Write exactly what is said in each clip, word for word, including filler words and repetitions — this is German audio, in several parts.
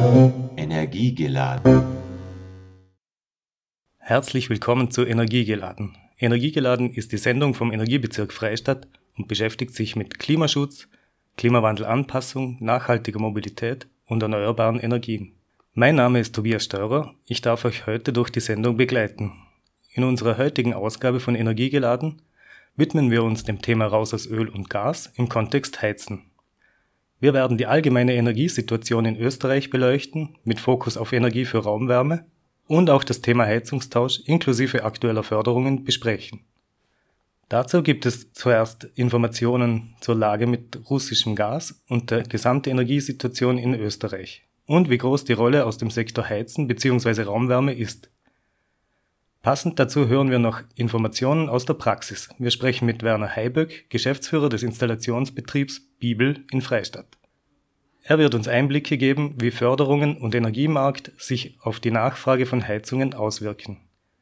Energiegeladen. Herzlich willkommen zu Energiegeladen. Energiegeladen ist die Sendung vom Energiebezirk Freistadt und beschäftigt sich mit Klimaschutz, Klimawandelanpassung, nachhaltiger Mobilität und erneuerbaren Energien. Mein Name ist Tobias Steurer, ich darf euch heute durch die Sendung begleiten. In unserer heutigen Ausgabe von Energiegeladen widmen wir uns dem Thema Raus aus Öl und Gas im Kontext Heizen. Wir werden die allgemeine Energiesituation in Österreich beleuchten, mit Fokus auf Energie für Raumwärme, und auch das Thema Heizungstausch inklusive aktueller Förderungen besprechen. Dazu gibt es zuerst Informationen zur Lage mit russischem Gas und der gesamten Energiesituation in Österreich und wie groß die Rolle aus dem Sektor Heizen bzw. Raumwärme ist. Passend dazu hören wir noch Informationen aus der Praxis. Wir sprechen mit Werner Heiböck, Geschäftsführer des Installationsbetriebs Bibel in Freistadt. Er wird uns Einblicke geben, wie Förderungen und Energiemarkt sich auf die Nachfrage von Heizungen auswirken.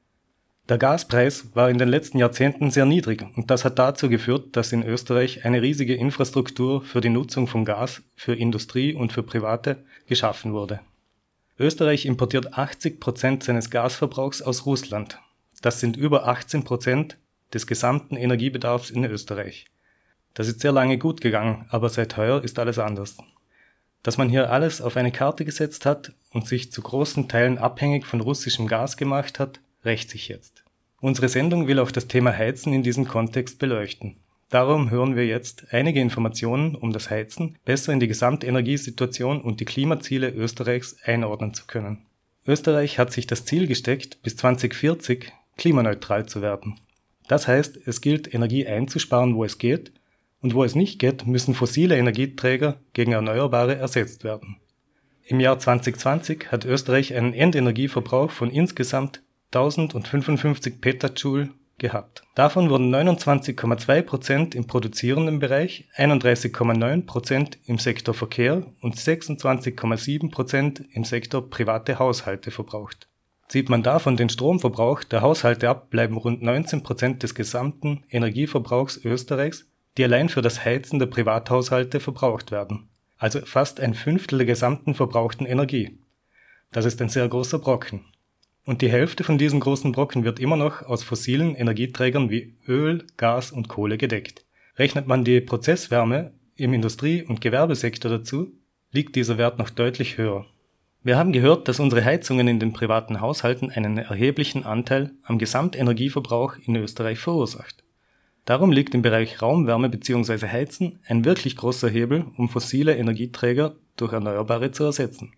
Der Gaspreis war in den letzten Jahrzehnten sehr niedrig und das hat dazu geführt, dass in Österreich eine riesige Infrastruktur für die Nutzung von Gas für Industrie und für Private geschaffen wurde. Österreich importiert achtzig Prozent seines Gasverbrauchs aus Russland. Das sind über achtzehn Prozent des gesamten Energiebedarfs in Österreich. Das ist sehr lange gut gegangen, aber seit heuer ist alles anders. Dass man hier alles auf eine Karte gesetzt hat und sich zu großen Teilen abhängig von russischem Gas gemacht hat, rächt sich jetzt. Unsere Sendung will auch das Thema Heizen in diesem Kontext beleuchten. Darum hören wir jetzt einige Informationen, um das Heizen besser in die Gesamtenergiesituation und die Klimaziele Österreichs einordnen zu können. Österreich hat sich das Ziel gesteckt, bis zwanzig vierzig klimaneutral zu werden. Das heißt, es gilt, Energie einzusparen, wo es geht, und wo es nicht geht, müssen fossile Energieträger gegen erneuerbare ersetzt werden. Im Jahr zwanzig zwanzig hat Österreich einen Endenergieverbrauch von insgesamt tausendfünfundfünfzig Petajoule gehabt. Davon wurden neunundzwanzig Komma zwei Prozent im produzierenden Bereich, einunddreißig Komma neun Prozent im Sektor Verkehr und sechsundzwanzig Komma sieben Prozent im Sektor private Haushalte verbraucht. Zieht man davon den Stromverbrauch der Haushalte ab, bleiben rund neunzehn Prozent des gesamten Energieverbrauchs Österreichs, die allein für das Heizen der Privathaushalte verbraucht werden. Also fast ein Fünftel der gesamten verbrauchten Energie. Das ist ein sehr großer Brocken. Und die Hälfte von diesem großen Brocken wird immer noch aus fossilen Energieträgern wie Öl, Gas und Kohle gedeckt. Rechnet man die Prozesswärme im Industrie- und Gewerbesektor dazu, liegt dieser Wert noch deutlich höher. Wir haben gehört, dass unsere Heizungen in den privaten Haushalten einen erheblichen Anteil am Gesamtenergieverbrauch in Österreich verursacht. Darum liegt im Bereich Raumwärme bzw. Heizen ein wirklich großer Hebel, um fossile Energieträger durch erneuerbare zu ersetzen.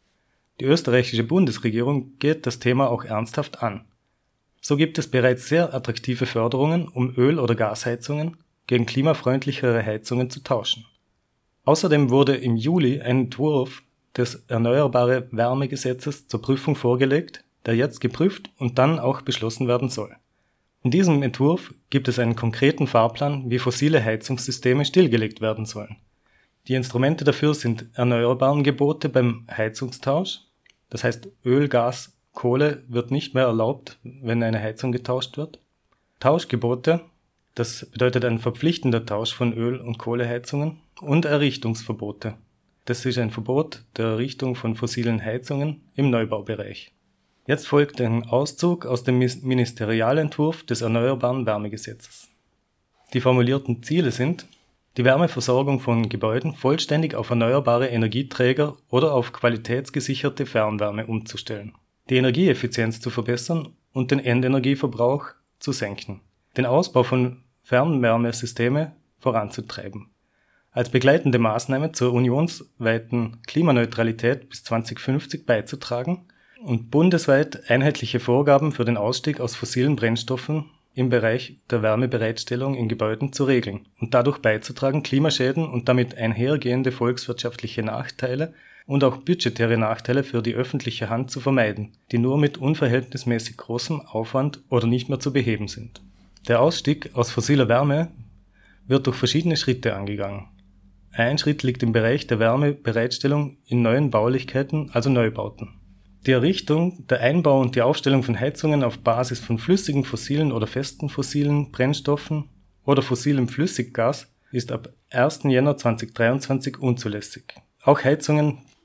Die österreichische Bundesregierung geht das Thema auch ernsthaft an. So gibt es bereits sehr attraktive Förderungen, um Öl- oder Gasheizungen gegen klimafreundlichere Heizungen zu tauschen. Außerdem wurde im Juli ein Entwurf des Erneuerbare Wärmegesetzes zur Prüfung vorgelegt, der jetzt geprüft und dann auch beschlossen werden soll. In diesem Entwurf gibt es einen konkreten Fahrplan, wie fossile Heizungssysteme stillgelegt werden sollen. Die Instrumente dafür sind Erneuerbarengebote beim Heizungstausch. Das heißt, Öl, Gas, Kohle wird nicht mehr erlaubt, wenn eine Heizung getauscht wird. Tauschgebote, das bedeutet ein verpflichtender Tausch von Öl- und Kohleheizungen. Und Errichtungsverbote. Das ist ein Verbot der Errichtung von fossilen Heizungen im Neubaubereich. Jetzt folgt ein Auszug aus dem Ministerialentwurf des Erneuerbaren Wärmegesetzes. Die formulierten Ziele sind, die Wärmeversorgung von Gebäuden vollständig auf erneuerbare Energieträger oder auf qualitätsgesicherte Fernwärme umzustellen, die Energieeffizienz zu verbessern und den Endenergieverbrauch zu senken, den Ausbau von Fernwärmesystemen voranzutreiben, als begleitende Maßnahme zur unionsweiten Klimaneutralität bis zwanzig fünfzig beizutragen und bundesweit einheitliche Vorgaben für den Ausstieg aus fossilen Brennstoffen im Bereich der Wärmebereitstellung in Gebäuden zu regeln und dadurch beizutragen, Klimaschäden und damit einhergehende volkswirtschaftliche Nachteile und auch budgetäre Nachteile für die öffentliche Hand zu vermeiden, die nur mit unverhältnismäßig großem Aufwand oder nicht mehr zu beheben sind. Der Ausstieg aus fossiler Wärme wird durch verschiedene Schritte angegangen. Ein Schritt liegt im Bereich der Wärmebereitstellung in neuen Baulichkeiten, also Neubauten. Die Errichtung, der Einbau und die Aufstellung von Heizungen auf Basis von flüssigen fossilen oder festen fossilen Brennstoffen oder fossilem Flüssiggas ist ab ersten Jänner zweitausenddreiundzwanzig unzulässig. Auch Heizungen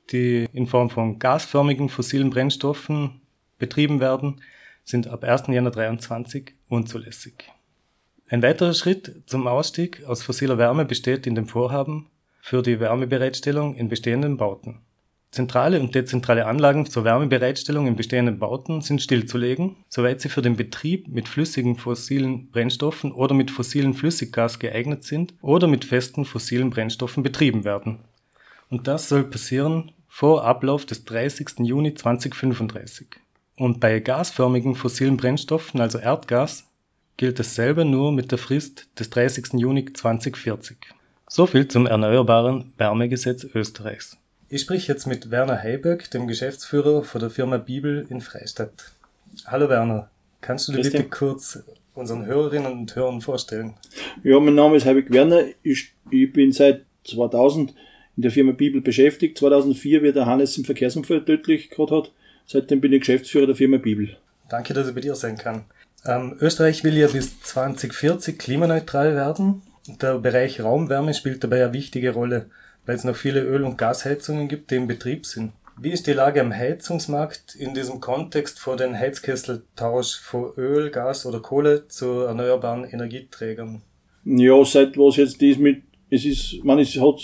die in Form von gasförmigen fossilen Brennstoffen betrieben werden, sind ab ersten Jänner zweitausenddreiundzwanzig unzulässig. Ein weiterer Schritt zum Ausstieg aus fossiler Wärme besteht in dem Vorhaben für die Wärmebereitstellung in bestehenden Bauten. Zentrale und dezentrale Anlagen zur Wärmebereitstellung in bestehenden Bauten sind stillzulegen, soweit sie für den Betrieb mit flüssigen fossilen Brennstoffen oder mit fossilen Flüssiggas geeignet sind oder mit festen fossilen Brennstoffen betrieben werden. Und das soll passieren vor Ablauf des dreißigsten Juni zweitausendfünfunddreißig. Und bei gasförmigen fossilen Brennstoffen, also Erdgas, gilt dasselbe nur mit der Frist des dreißigsten Juni zweitausendvierzig. Soviel zum Erneuerbaren Wärmegesetz Österreichs. Ich spreche jetzt mit Werner Heiböck, dem Geschäftsführer von der Firma Bibel in Freistadt. Hallo Werner, kannst du dir bitte kurz unseren Hörerinnen und Hörern vorstellen? Ja, mein Name ist Heiböck Werner. Ich, ich bin seit zweitausend in der Firma Bibel beschäftigt. zweitausendvier, wie der Hannes im Verkehrsunfall tödlich gehabt hat. Seitdem bin ich Geschäftsführer der Firma Bibel. Danke, dass ich bei dir sein kann. Ähm, Österreich will ja bis zweitausendvierzig klimaneutral werden. Der Bereich Raumwärme spielt dabei eine wichtige Rolle, weil es noch viele Öl- und Gasheizungen gibt, die in Betrieb sind. Wie ist die Lage am Heizungsmarkt in diesem Kontext vor dem Heizkesseltausch von Öl, Gas oder Kohle zu erneuerbaren Energieträgern? Ja, seit was jetzt ist mit, es ist, man ist, hat,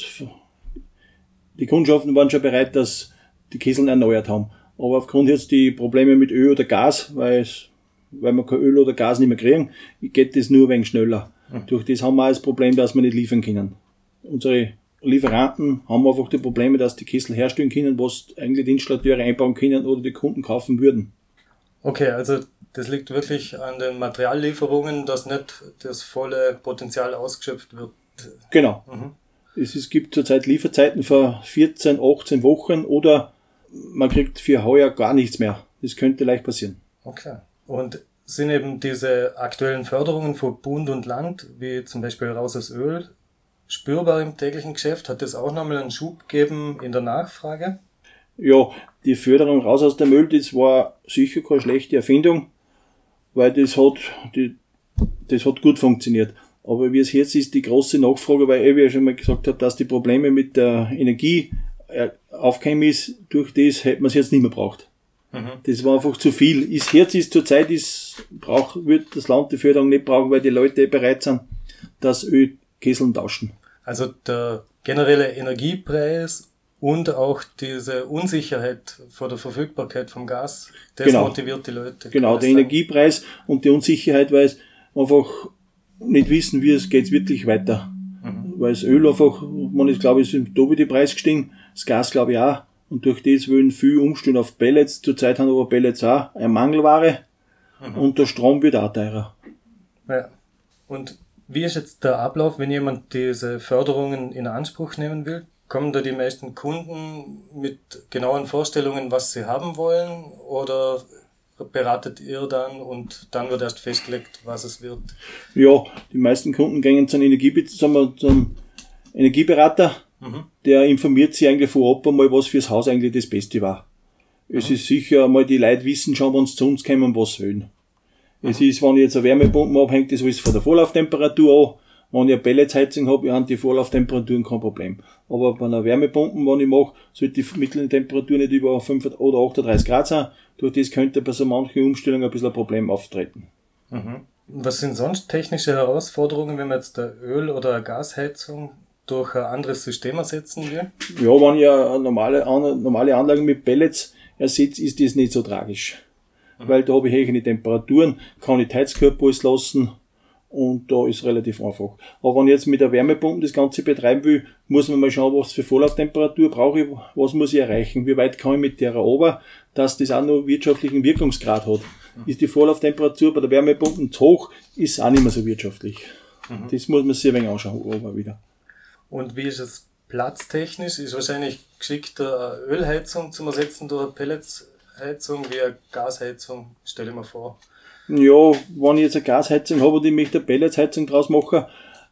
die Kundschaften waren schon bereit, dass die Kesseln erneuert haben. Aber aufgrund jetzt die Probleme mit Öl oder Gas, weil es, weil wir kein Öl oder Gas nicht mehr kriegen, geht das nur ein wenig schneller. Mhm. Durch das haben wir auch das Problem, dass wir nicht liefern können. Unsere Lieferanten haben einfach die Probleme, dass die Kessel herstellen können, was eigentlich die Installateure einbauen können oder die Kunden kaufen würden. Okay, also das liegt wirklich an den Materiallieferungen, dass nicht das volle Potenzial ausgeschöpft wird. Genau. Mhm. Es, es gibt zurzeit Lieferzeiten von vierzehn, achtzehn Wochen oder man kriegt für heuer gar nichts mehr. Das könnte leicht passieren. Okay. Und sind eben diese aktuellen Förderungen von Bund und Land, wie zum Beispiel Raus aus Öl, spürbar im täglichen Geschäft? Hat das auch nochmal einen Schub gegeben in der Nachfrage? Ja, die Förderung raus aus dem Öl, das war sicher keine schlechte Erfindung, weil das hat, die, das hat gut funktioniert. Aber wie es jetzt ist, die große Nachfrage, weil ich ja schon mal gesagt habe, dass die Probleme mit der Energie aufgekommen ist, durch das hätte man es jetzt nicht mehr braucht. Mhm. Das war einfach zu viel. Ist jetzt ist zurzeit ist, brauch, wird das Land die Förderung nicht brauchen, weil die Leute bereit sind, das Ölkesseln tauschen. Also der generelle Energiepreis und auch diese Unsicherheit vor der Verfügbarkeit vom Gas, das genau. motiviert die Leute. Genau, der Energiepreis und die Unsicherheit, weil es einfach nicht wissen, wie es geht wirklich weiter. Mhm. Weil das Öl einfach, man ist glaube ich, ist im Tobi die Preis gestiegen, das Gas glaube ich auch. Und durch das wollen viele umstellen auf Pellets. Zurzeit haben aber Pellets auch eine Mangelware. Mhm. Und der Strom wird auch teurer. Ja. Und wie ist jetzt der Ablauf, wenn jemand diese Förderungen in Anspruch nehmen will? Kommen da die meisten Kunden mit genauen Vorstellungen, was sie haben wollen? Oder beratet ihr dann und dann wird erst festgelegt, was es wird? Ja, die meisten Kunden gehen zum, Energiebe- zum, zum Energieberater. Mhm. Der informiert sich eigentlich vorab einmal, was fürs Haus eigentlich das Beste war. Mhm. Es ist sicher einmal, die Leute wissen schon, wenn sie zu uns kommen, was sie wollen. Mhm. Es ist, wenn ich jetzt eine Wärmepumpe habe, hängt das alles von der Vorlauftemperatur an. Wenn ich eine Pelletsheizung habe, haben die Vorlauftemperaturen kein Problem. Aber bei einer Wärmepumpe, wenn ich mache, sollte die mittlere Temperatur nicht über fünf oder achtunddreißig Grad sein. Durch das könnte bei so manchen Umstellungen ein bisschen ein Problem auftreten. Mhm. Was sind sonst technische Herausforderungen, wenn man jetzt eine Öl- oder eine Gasheizung durch ein anderes System ersetzen will? Ja, wenn ich eine normale, eine normale Anlage mit Pellets ersetze, ist das nicht so tragisch. Mhm. Weil da habe ich höhere Temperaturen, kann ich die Heizkörper auslassen und da ist relativ einfach. Aber wenn ich jetzt mit der Wärmepumpe das Ganze betreiben will, muss man mal schauen, was für Vorlauftemperatur brauche ich, was muss ich erreichen, wie weit kann ich mit der runter, dass das auch noch wirtschaftlichen Wirkungsgrad hat. Mhm. Ist die Vorlauftemperatur bei der Wärmepumpe zu hoch, ist auch nicht mehr so wirtschaftlich. Mhm. Das muss man sich ein wenig anschauen, aber wieder. Und wie ist es platztechnisch? Ist wahrscheinlich geschickter, eine Ölheizung zu ersetzen durch eine Pelletsheizung wie eine Gasheizung, stelle ich mir vor. Ja, wenn ich jetzt eine Gasheizung habe und ich möchte eine Pelletsheizung draus machen,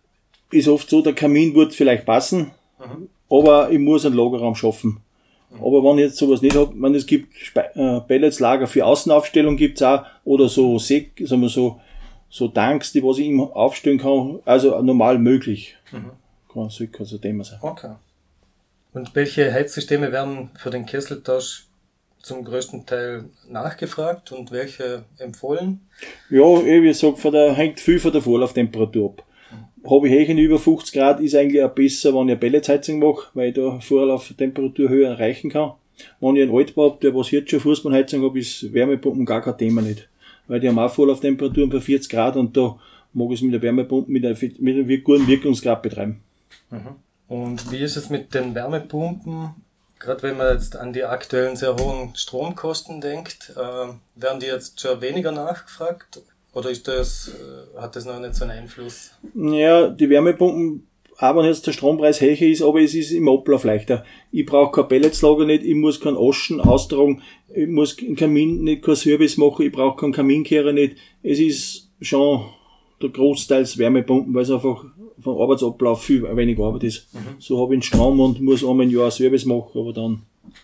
ist oft so, der Kamin wird vielleicht passen, mhm. aber ich muss einen Lagerraum schaffen. Mhm. Aber wenn ich jetzt sowas nicht habe, man, es gibt äh, Pelletslager für Außenaufstellung gibt's auch, oder so Sek, sagen wir so, so Tanks, die was ich immer aufstellen kann, also normal möglich. Mhm. Kann so ein Thema sein. Okay. Und welche Heizsysteme werden für den Kesseltausch zum größten Teil nachgefragt und welche empfohlen? Ja, wie gesagt, von der, hängt viel von der Vorlauftemperatur ab. Habe ich Hächen über fünfzig Grad, ist eigentlich auch besser, wenn ich eine Pelletsheizung mache, weil ich da Vorlauftemperatur höher erreichen kann. Wenn ich einen Altbau habe, der was jetzt schon Fußbodenheizung habe, ist Wärmepumpen gar kein Thema nicht. Weil die haben auch Vorlauftemperaturen bei vierzig Grad und da mag ich es mit der Wärmepumpe mit, mit einem guten Wirkungsgrad betreiben. Mhm. Und wie ist es mit den Wärmepumpen? Gerade wenn man jetzt an die aktuellen sehr hohen Stromkosten denkt, äh, werden die jetzt schon weniger nachgefragt? Oder ist das, äh, hat das noch nicht so einen Einfluss? Ja, die Wärmepumpen, auch wenn jetzt der Strompreis höher ist, aber es ist im Ablauf leichter. Ich brauche kein Pelletslager nicht, ich muss keinen Aschen austragen, ich muss im Kamin nicht kein Service machen, ich brauche keinen Kaminkehrer nicht. Es ist schon der Großteils Wärmepumpen, weil es einfach vom Arbeitsablauf viel weniger Arbeit ist. Mhm. So habe ich einen Strom und muss einmal im Jahr einen Service machen, aber dann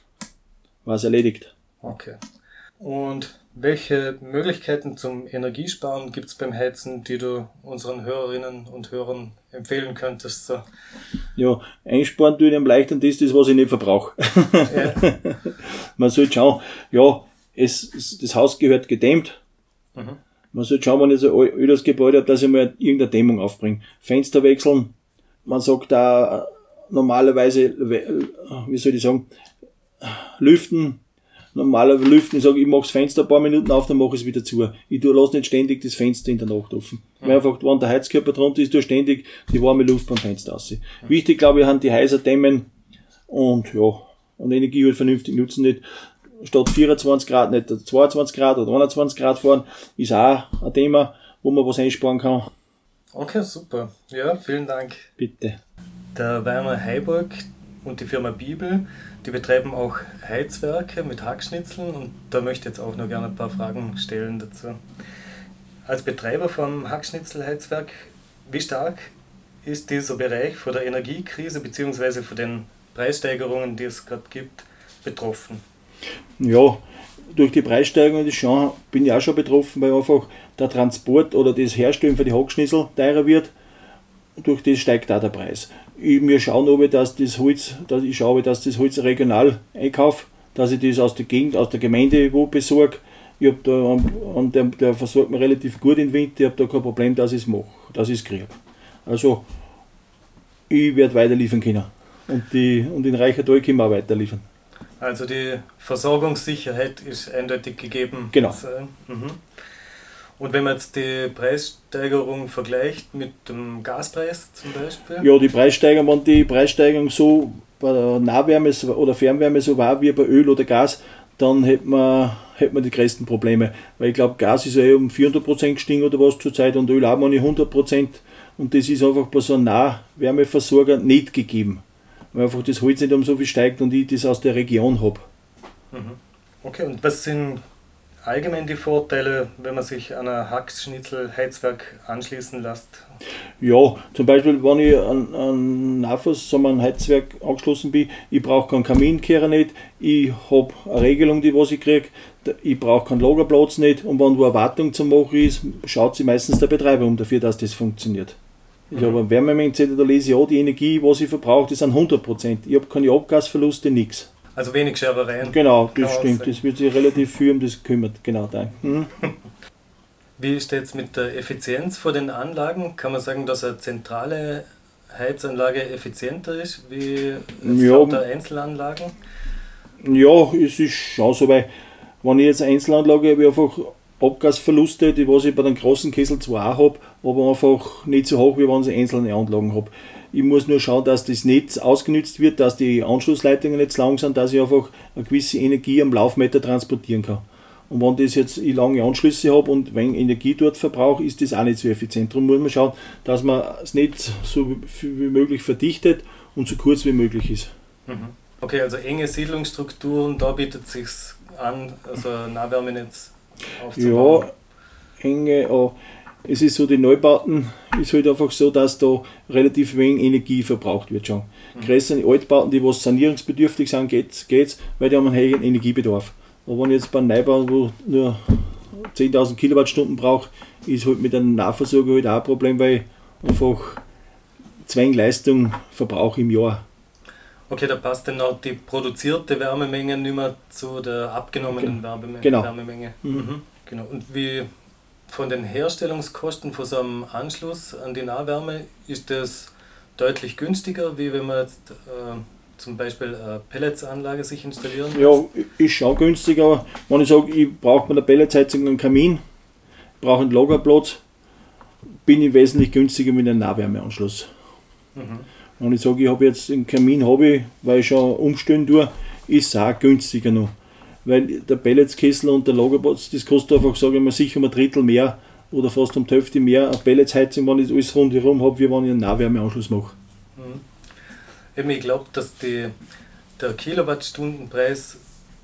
war es erledigt. Okay. Und welche Möglichkeiten zum Energiesparen gibt es beim Heizen, die du unseren Hörerinnen und Hörern empfehlen könntest? So? Ja, einsparen tue ich am leichten, das ist das, was ich nicht verbrauche. Ja. Man sollte schauen, ja, es, das Haus gehört gedämmt. Mhm. Man sollte schauen, wenn ich so ein ödes Gebäude habe, dass ich mal irgendeine Dämmung aufbringe. Fenster wechseln. Man sagt da normalerweise, wie soll ich sagen, lüften. Normalerweise lüften, ich sage, ich mache das Fenster ein paar Minuten auf, dann mache ich es wieder zu. Ich tue, lasse nicht ständig das Fenster in der Nacht offen. Mhm. Weil einfach, wenn der Heizkörper drunter ist, tue ständig die warme Luft beim Fenster raus. Mhm. Wichtig, glaube ich, haben die Häuser dämmen und ja, und Energie halt vernünftig nutzen, nicht statt vierundzwanzig Grad nicht zweiundzwanzig Grad oder einundzwanzig Grad fahren, ist auch ein Thema, wo man was einsparen kann. Okay, super. Ja, vielen Dank. Bitte. Der Werner Heiburg und die Firma Bibel, die betreiben auch Heizwerke mit Hackschnitzeln und da möchte ich jetzt auch noch gerne ein paar Fragen stellen dazu. Als Betreiber vom Hackschnitzelheizwerk, wie stark ist dieser Bereich von der Energiekrise bzw. von den Preissteigerungen, die es gerade gibt, betroffen? Ja, durch die Preissteigerung ist schon, bin ich auch schon betroffen, weil einfach der Transport oder das Herstellen für die Hackschnitzel teurer wird. Durch das steigt auch der Preis. Ich, wir schauen aber, dass das Holz, dass ich schaue, dass das Holz regional einkaufe, dass ich das aus der Gegend, aus der Gemeinde wo besorge. Ich habe da, und der, der versorgt mich relativ gut im Winter, ich habe da kein Problem, dass ich es mache, dass ich es kriege. Also, ich werde weiter liefern können. Und, die, und in Reichertal können wir auch weiter liefern. Also die Versorgungssicherheit ist eindeutig gegeben. Genau. Also, mhm. Und wenn man jetzt die Preissteigerung vergleicht mit dem Gaspreis zum Beispiel? Ja, die Preissteigerung, wenn die Preissteigerung so bei der Nahwärme oder Fernwärme so war wie bei Öl oder Gas, dann hätte man, hätte man die größten Probleme. Weil ich glaube, Gas ist ja eh um vierhundert Prozent gestiegen oder was zurzeit und Öl auch mal hundert Prozent. Und das ist einfach bei so einem Nahwärmeversorger nicht gegeben. Weil einfach das Holz nicht um so viel steigt und ich das aus der Region habe. Okay, und was sind allgemein die Vorteile, wenn man sich an ein Hackschnitzelheizwerk anschließen lässt? Ja, zum Beispiel, wenn ich an, an Nafos, sagen wir, ein Heizwerk angeschlossen bin, ich brauche keinen Kaminkehrer nicht, ich habe eine Regelung, die was ich kriege, ich brauche keinen Lagerplatz nicht und wenn wo eine Wartung zu machen ist, schaut sich meistens der Betreiber um dafür, dass das funktioniert. Ich mhm. habe einen Wärmemengenzähler, da lese ich ja, die Energie, was ich verbrauche, das sind hundert Prozent. Ich habe keine Abgasverluste, nichts. Also wenig Scherereien. Genau, das stimmt. Das wird sich relativ viel um das gekümmert. Genau da. Mhm. Wie steht es mit der Effizienz von den Anlagen? Kann man sagen, dass eine zentrale Heizanlage effizienter ist wie ja, der Einzelanlagen? Ja, es ist schon so, weil wenn ich jetzt eine Einzelanlage habe, einfach Abgasverluste, die was ich bei den großen Kessel zwar auch habe, aber einfach nicht so hoch, wie wenn ich einzelne Anlagen habe. Ich muss nur schauen, dass das Netz ausgenutzt wird, dass die Anschlussleitungen nicht zu lang sind, dass ich einfach eine gewisse Energie am Laufmeter transportieren kann. Und wenn das jetzt ich lange Anschlüsse habe und wenn Energie dort verbrauche, ist das auch nicht so effizient. Darum muss man schauen, dass man das Netz so viel wie möglich verdichtet und so kurz wie möglich ist. Okay, also enge Siedlungsstrukturen, da bietet es sich an, also ein Nahwärmenetz aufzubauen. Ja, enge, oh, es ist so, die Neubauten ist halt einfach so, dass da relativ wenig Energie verbraucht wird schon. Mhm. Größere Altbauten, die was sanierungsbedürftig sind, geht's, geht's, weil die haben einen hohen Energiebedarf. Aber wenn ich jetzt bei einem Neubau, wo nur zehntausend Kilowattstunden brauche, ist halt mit einem Nahversorger halt auch ein Problem, weil ich einfach zu wenig Leistung verbrauche im Jahr. Okay, da passt dann auch die produzierte Wärmemenge nicht mehr zu der abgenommenen Wärmeme- genau. Wärmemenge. Mhm. Mhm. Genau. Und wie von den Herstellungskosten von so einem Anschluss an die Nahwärme, ist das deutlich günstiger, wie wenn man jetzt äh, zum Beispiel eine Pelletsanlage sich installieren lässt? Ja, ist schon günstiger, aber wenn ich sage, ich brauche mit der Pelletsheizung einen Kamin, brauche einen Lagerplatz, bin ich wesentlich günstiger mit einem Nahwärmeanschluss. Mhm. Wenn ich sage, ich habe jetzt einen Kamin, habe ich, weil ich schon umstellen tue, ist es auch günstiger noch. Weil der Pelletskessel und der Lagerplatz, das kostet einfach, sage ich mal, sicher um ein Drittel mehr oder fast um die Hälfte mehr eine Pelletsheizung, wenn ich das alles rundherum habe, wie wenn ich einen Nahwärmeanschluss mache. Mhm. Eben, ich glaube, dass die, der Kilowattstundenpreis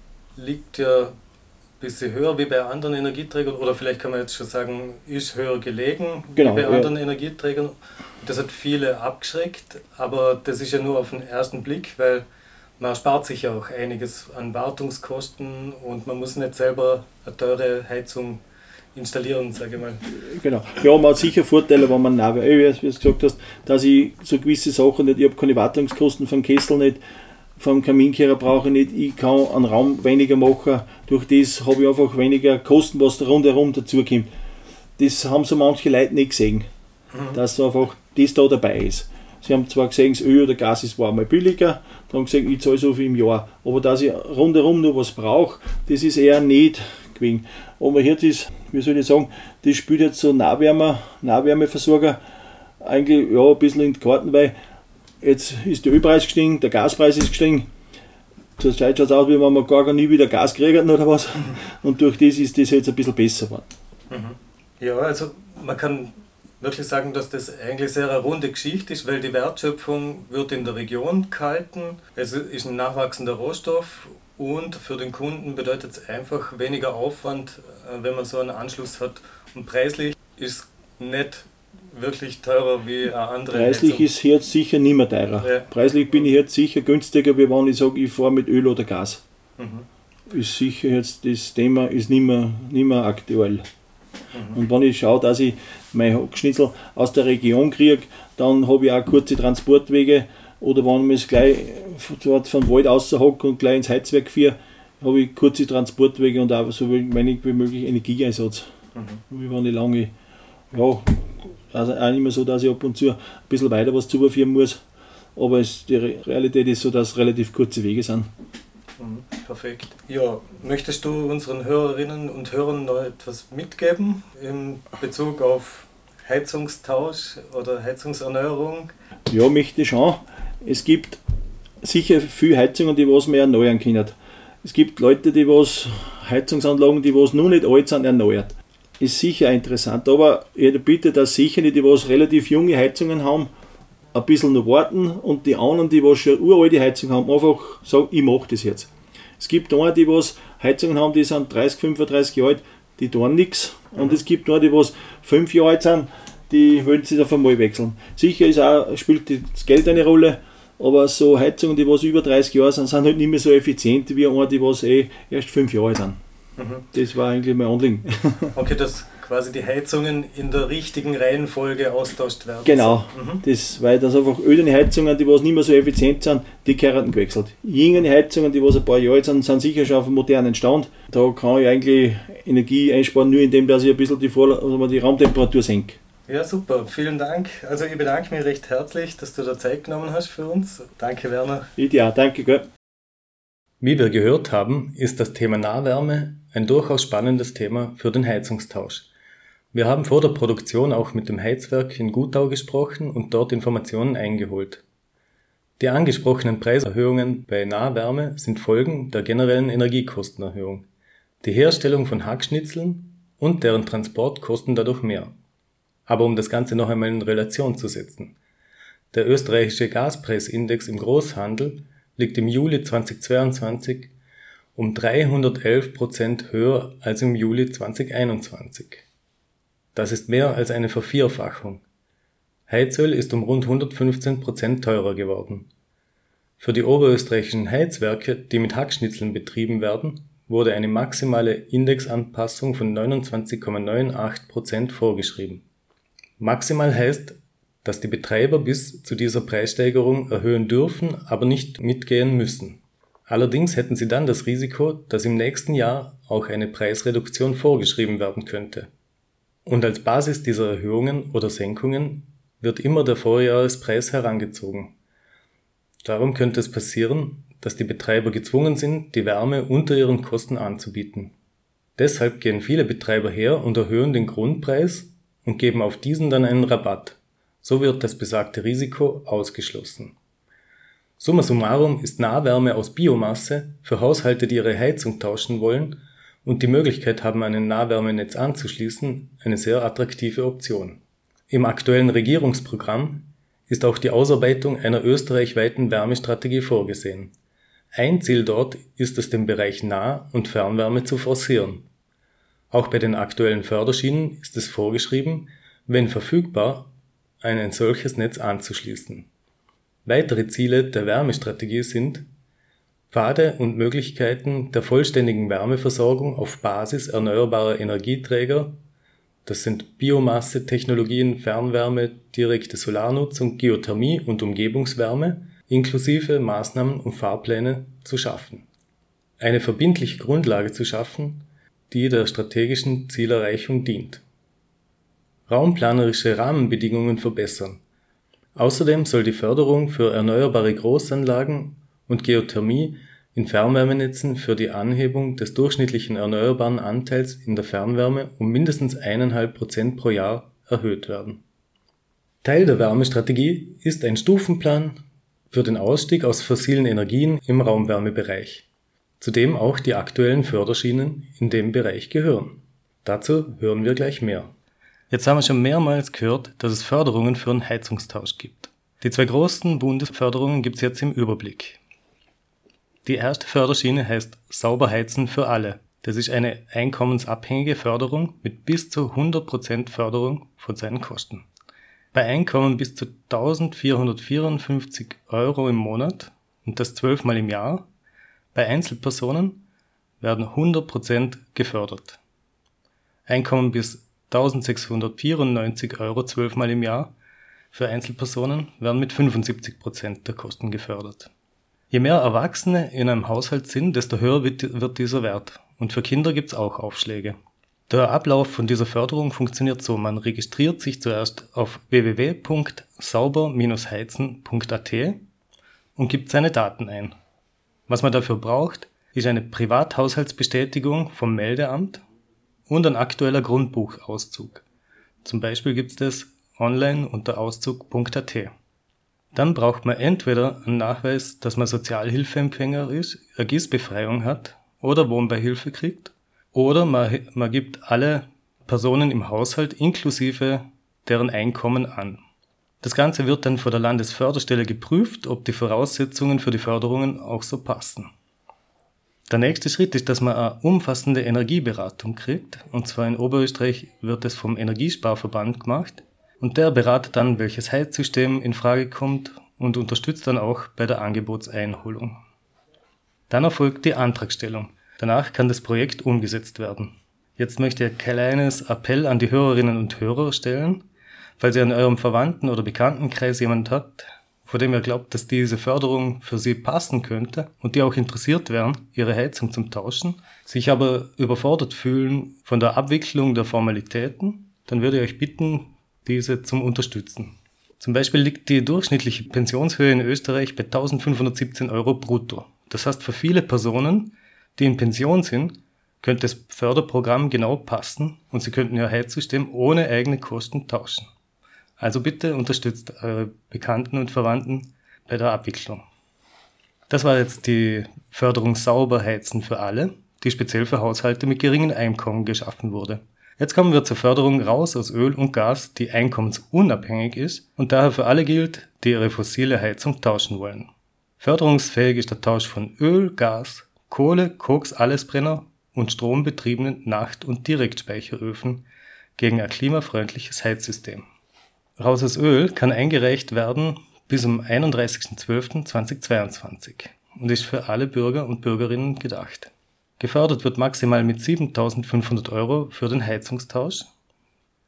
liegt ja ein bisschen höher wie bei anderen Energieträgern, oder vielleicht kann man jetzt schon sagen, ist höher gelegen genau, wie bei ja. anderen Energieträgern. Das hat viele abgeschreckt, aber das ist ja nur auf den ersten Blick, weil man spart sich ja auch einiges an Wartungskosten und man muss nicht selber eine teure Heizung installieren, sage ich mal. Genau. Ja, man hat sicher Vorteile, wenn man nah wäre, wie du gesagt hast, dass ich so gewisse Sachen nicht, ich habe keine Wartungskosten vom Kessel nicht, vom Kaminkehrer brauche ich nicht, ich kann einen Raum weniger machen, durch das habe ich einfach weniger Kosten, was da rundherum dazukommt. Das haben so manche Leute nicht gesehen, mhm. dass so einfach das da dabei ist. Sie haben zwar gesehen, das Öl oder Gas ist war mal billiger, dann haben gesagt, ich zahle so viel im Jahr, aber dass ich rundherum noch was brauche, das ist eher nicht gewesen. Aber jetzt ist, wie soll ich sagen, das spielt jetzt so Nahwärme, Nahwärmeversorger eigentlich ja, ein bisschen in den Karten, weil jetzt ist der Ölpreis gestiegen, der Gaspreis ist gestiegen. Zurzeit schaut es aus, wie wenn man gar nie wieder Gas kriegen oder was. Mhm. Und durch das ist das jetzt ein bisschen besser geworden. Mhm. Ja, also man kann wirklich sagen, dass das eigentlich sehr eine runde Geschichte ist, weil die Wertschöpfung wird in der Region gehalten. Es ist ein nachwachsender Rohstoff und für den Kunden bedeutet es einfach weniger Aufwand, wenn man so einen Anschluss hat. Und preislich ist es nicht wirklich teurer wie eine andere Preislich Heizung. ist jetzt sicher nicht mehr teurer. Ja. Preislich bin ich jetzt sicher günstiger, wie wenn ich sage, ich fahre mit Öl oder Gas. Mhm. Ist sicher jetzt, das Thema ist nicht mehr, nicht mehr aktuell. Mhm. Und wenn ich schaue, dass ich mein Hackschnitzel aus der Region kriege, dann habe ich auch kurze Transportwege. Oder wenn man es gleich vom Wald aus hockt und gleich ins Heizwerk fährt, habe ich kurze Transportwege und auch so wenig wie möglich Energieeinsatz. Mhm. Wie wenn ich lange, ja, also auch nicht mehr so, dass ich ab und zu ein bisschen weiter was zuführen muss. Aber es, die Realität ist so, dass es relativ kurze Wege sind. Mhm, perfekt. Ja, möchtest du unseren Hörerinnen und Hörern noch etwas mitgeben in Bezug auf Heizungstausch oder Heizungserneuerung? Ja, möchte ich schon. Es gibt sicher viele Heizungen, die was man erneuern können. Es gibt Leute, die was Heizungsanlagen, die was noch nicht alt sind, erneuert. Ist sicher interessant, aber ich bitte, dass sicher die, die was relativ junge Heizungen haben, ein bisschen noch warten und die anderen, die was schon uralte Heizungen haben, einfach sagen, ich mache das jetzt. Es gibt eine, die was Heizungen haben, die sind dreißig, fünfunddreißig Jahre alt, die tun nichts. Mhm. Und es gibt eine, die was fünf Jahre alt sind, die wollen sich auf einmal wechseln. Sicher ist auch, spielt das Geld eine Rolle, aber so Heizungen, die was über dreißig Jahre sind, sind halt nicht mehr so effizient wie eine, die was eh erst fünf Jahre alt sind. Mhm. Das war eigentlich mein Anliegen. Okay, dass quasi die Heizungen in der richtigen Reihenfolge austauscht werden. Genau, mhm. das, weil das einfach öde Heizungen, die was nicht mehr so effizient sind, die gehören gewechselt. Jüngere Heizungen, die was ein paar Jahre alt sind, sind sicher schon auf einem modernen Stand. Da kann ich eigentlich Energie einsparen, nur indem dass ich ein bisschen die, Vor- also die Raumtemperatur senke. Ja, super. Vielen Dank. Also ich bedanke mich recht herzlich, dass du da Zeit genommen hast für uns. Danke, Werner. Ja, danke. Gell. Wie wir gehört haben, ist das Thema Nahwärme ein durchaus spannendes Thema für den Heizungstausch. Wir haben vor der Produktion auch mit dem Heizwerk in Gutau gesprochen und dort Informationen eingeholt. Die angesprochenen Preiserhöhungen bei Nahwärme sind Folgen der generellen Energiekostenerhöhung. Die Herstellung von Hackschnitzeln und deren Transport kosten dadurch mehr. Aber um das Ganze noch einmal in Relation zu setzen. Der österreichische Gaspreisindex im Großhandel liegt im Juli zweitausendzweiundzwanzig um dreihundertelf Prozent höher als im Juli zweitausendeinundzwanzig. Das ist mehr als eine Vervierfachung. Heizöl ist um rund hundertfünfzehn Prozent teurer geworden. Für die oberösterreichischen Heizwerke, die mit Hackschnitzeln betrieben werden, wurde eine maximale Indexanpassung von neunundzwanzig Komma achtzig Prozent vorgeschrieben. Maximal heißt, dass die Betreiber bis zu dieser Preissteigerung erhöhen dürfen, aber nicht mitgehen müssen. Allerdings hätten sie dann das Risiko, dass im nächsten Jahr auch eine Preisreduktion vorgeschrieben werden könnte. Und als Basis dieser Erhöhungen oder Senkungen wird immer der Vorjahrespreis herangezogen. Darum könnte es passieren, dass die Betreiber gezwungen sind, die Wärme unter ihren Kosten anzubieten. Deshalb gehen viele Betreiber her und erhöhen den Grundpreis und geben auf diesen dann einen Rabatt. So wird das besagte Risiko ausgeschlossen. Summa summarum ist Nahwärme aus Biomasse für Haushalte, die ihre Heizung tauschen wollen und die Möglichkeit haben, an ein Nahwärmenetz anzuschließen, eine sehr attraktive Option. Im aktuellen Regierungsprogramm ist auch die Ausarbeitung einer österreichweiten Wärmestrategie vorgesehen. Ein Ziel dort ist es, den Bereich Nah- und Fernwärme zu forcieren. Auch bei den aktuellen Förderschienen ist es vorgeschrieben, wenn verfügbar, ein solches Netz anzuschließen. Weitere Ziele der Wärmestrategie sind Pfade und Möglichkeiten der vollständigen Wärmeversorgung auf Basis erneuerbarer Energieträger, das sind Biomasse, Technologien, Fernwärme, direkte Solarnutzung, Geothermie und Umgebungswärme, inklusive Maßnahmen und Fahrpläne zu schaffen. Eine verbindliche Grundlage zu schaffen, die der strategischen Zielerreichung dient. Raumplanerische Rahmenbedingungen verbessern. Außerdem soll die Förderung für erneuerbare Großanlagen und Geothermie in Fernwärmenetzen für die Anhebung des durchschnittlichen erneuerbaren Anteils in der Fernwärme um mindestens eins Komma fünf Prozent pro Jahr erhöht werden. Teil der Wärmestrategie ist ein Stufenplan für den Ausstieg aus fossilen Energien im Raumwärmebereich, zu dem auch die aktuellen Förderschienen in dem Bereich gehören. Dazu hören wir gleich mehr. Jetzt haben wir schon mehrmals gehört, dass es Förderungen für einen Heizungstausch gibt. Die zwei großen Bundesförderungen gibt es jetzt im Überblick. Die erste Förderschiene heißt Sauber heizen für alle. Das ist eine einkommensabhängige Förderung mit bis zu hundert Prozent Förderung von seinen Kosten. Bei Einkommen bis zu eintausendvierhundertvierundfünfzig Euro im Monat und das zwölfmal im Jahr, bei Einzelpersonen werden hundert Prozent gefördert. Einkommen bis eintausendsechshundertvierundneunzig Euro zwölfmal im Jahr für Einzelpersonen werden mit fünfundsiebzig Prozent der Kosten gefördert. Je mehr Erwachsene in einem Haushalt sind, desto höher wird, wird dieser Wert. Und für Kinder gibt es auch Aufschläge. Der Ablauf von dieser Förderung funktioniert so: Man registriert sich zuerst auf w w w punkt sauber Bindestrich heizen punkt a t und gibt seine Daten ein. Was man dafür braucht, ist eine Privathaushaltsbestätigung vom Meldeamt und ein aktueller Grundbuchauszug. Zum Beispiel gibt es das online unter auszug punkt a t. Dann braucht man entweder einen Nachweis, dass man Sozialhilfeempfänger ist, eine G I S-Befreiung hat oder Wohnbeihilfe kriegt, oder man, man gibt alle Personen im Haushalt inklusive deren Einkommen an. Das Ganze wird dann von der Landesförderstelle geprüft, ob die Voraussetzungen für die Förderungen auch so passen. Der nächste Schritt ist, dass man eine umfassende Energieberatung kriegt, und zwar in Oberösterreich wird es vom Energiesparverband gemacht. Und der beratet dann, welches Heizsystem in Frage kommt und unterstützt dann auch bei der Angebotseinholung. Dann erfolgt die Antragstellung. Danach kann das Projekt umgesetzt werden. Jetzt möchte ich ein kleines Appell an die Hörerinnen und Hörer stellen. Falls ihr in eurem Verwandten- oder Bekanntenkreis jemand habt, von dem ihr glaubt, dass diese Förderung für sie passen könnte und die auch interessiert wären, ihre Heizung zum Tauschen, sich aber überfordert fühlen von der Abwicklung der Formalitäten, dann würde ich euch bitten, diese zum Unterstützen. Zum Beispiel liegt die durchschnittliche Pensionshöhe in Österreich bei eintausendfünfhundertsiebzehn Euro brutto. Das heißt, für viele Personen, die in Pension sind, könnte das Förderprogramm genau passen und sie könnten ihr Heizsystem ohne eigene Kosten tauschen. Also bitte unterstützt eure Bekannten und Verwandten bei der Abwicklung. Das war jetzt die Förderung Sauber heizen für alle, die speziell für Haushalte mit geringem Einkommen geschaffen wurde. Jetzt kommen wir zur Förderung raus aus Öl und Gas, die einkommensunabhängig ist und daher für alle gilt, die ihre fossile Heizung tauschen wollen. Förderungsfähig ist der Tausch von Öl, Gas, Kohle, Koks, Allesbrenner und strombetriebenen Nacht- und Direktspeicheröfen gegen ein klimafreundliches Heizsystem. Raus aus Öl kann eingereicht werden bis zum einunddreißigsten zwölften zweitausendzweiundzwanzig und ist für alle Bürger und Bürgerinnen gedacht. Gefördert wird maximal mit siebentausendfünfhundert Euro für den Heizungstausch.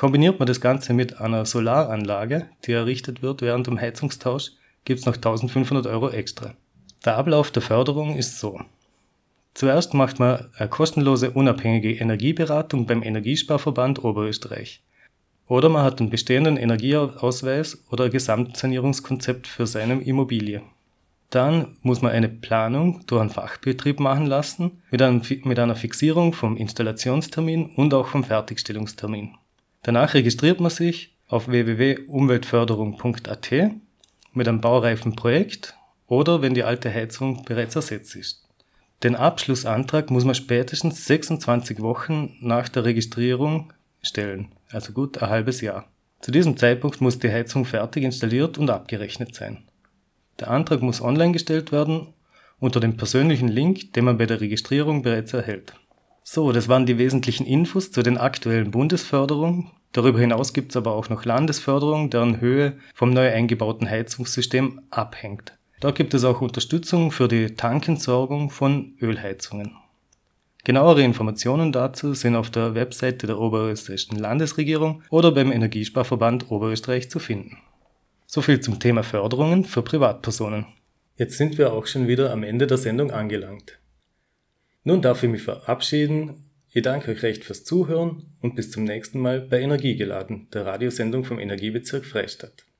Kombiniert man das Ganze mit einer Solaranlage, die errichtet wird während dem Heizungstausch, gibt es noch eintausendfünfhundert Euro extra. Der Ablauf der Förderung ist so. Zuerst macht man eine kostenlose unabhängige Energieberatung beim Energiesparverband Oberösterreich. Oder man hat einen bestehenden Energieausweis oder ein Gesamtsanierungskonzept für seine Immobilie. Dann muss man eine Planung durch einen Fachbetrieb machen lassen, mit, einem, mit einer Fixierung vom Installationstermin und auch vom Fertigstellungstermin. Danach registriert man sich auf w w w punkt umweltförderung punkt a t mit einem baureifen Projekt oder wenn die alte Heizung bereits ersetzt ist. Den Abschlussantrag muss man spätestens sechsundzwanzig Wochen nach der Registrierung stellen, also gut ein halbes Jahr. Zu diesem Zeitpunkt muss die Heizung fertig installiert und abgerechnet sein. Der Antrag muss online gestellt werden unter dem persönlichen Link, den man bei der Registrierung bereits erhält. So, das waren die wesentlichen Infos zu den aktuellen Bundesförderungen. Darüber hinaus gibt es aber auch noch Landesförderung, deren Höhe vom neu eingebauten Heizungssystem abhängt. Da gibt es auch Unterstützung für die Tankentsorgung von Ölheizungen. Genauere Informationen dazu sind auf der Webseite der Oberösterreichischen Landesregierung oder beim Energiesparverband Oberösterreich zu finden. Soviel zum Thema Förderungen für Privatpersonen. Jetzt sind wir auch schon wieder am Ende der Sendung angelangt. Nun darf ich mich verabschieden. Ich danke euch recht fürs Zuhören und bis zum nächsten Mal bei Energiegeladen, der Radiosendung vom Energiebezirk Freistadt.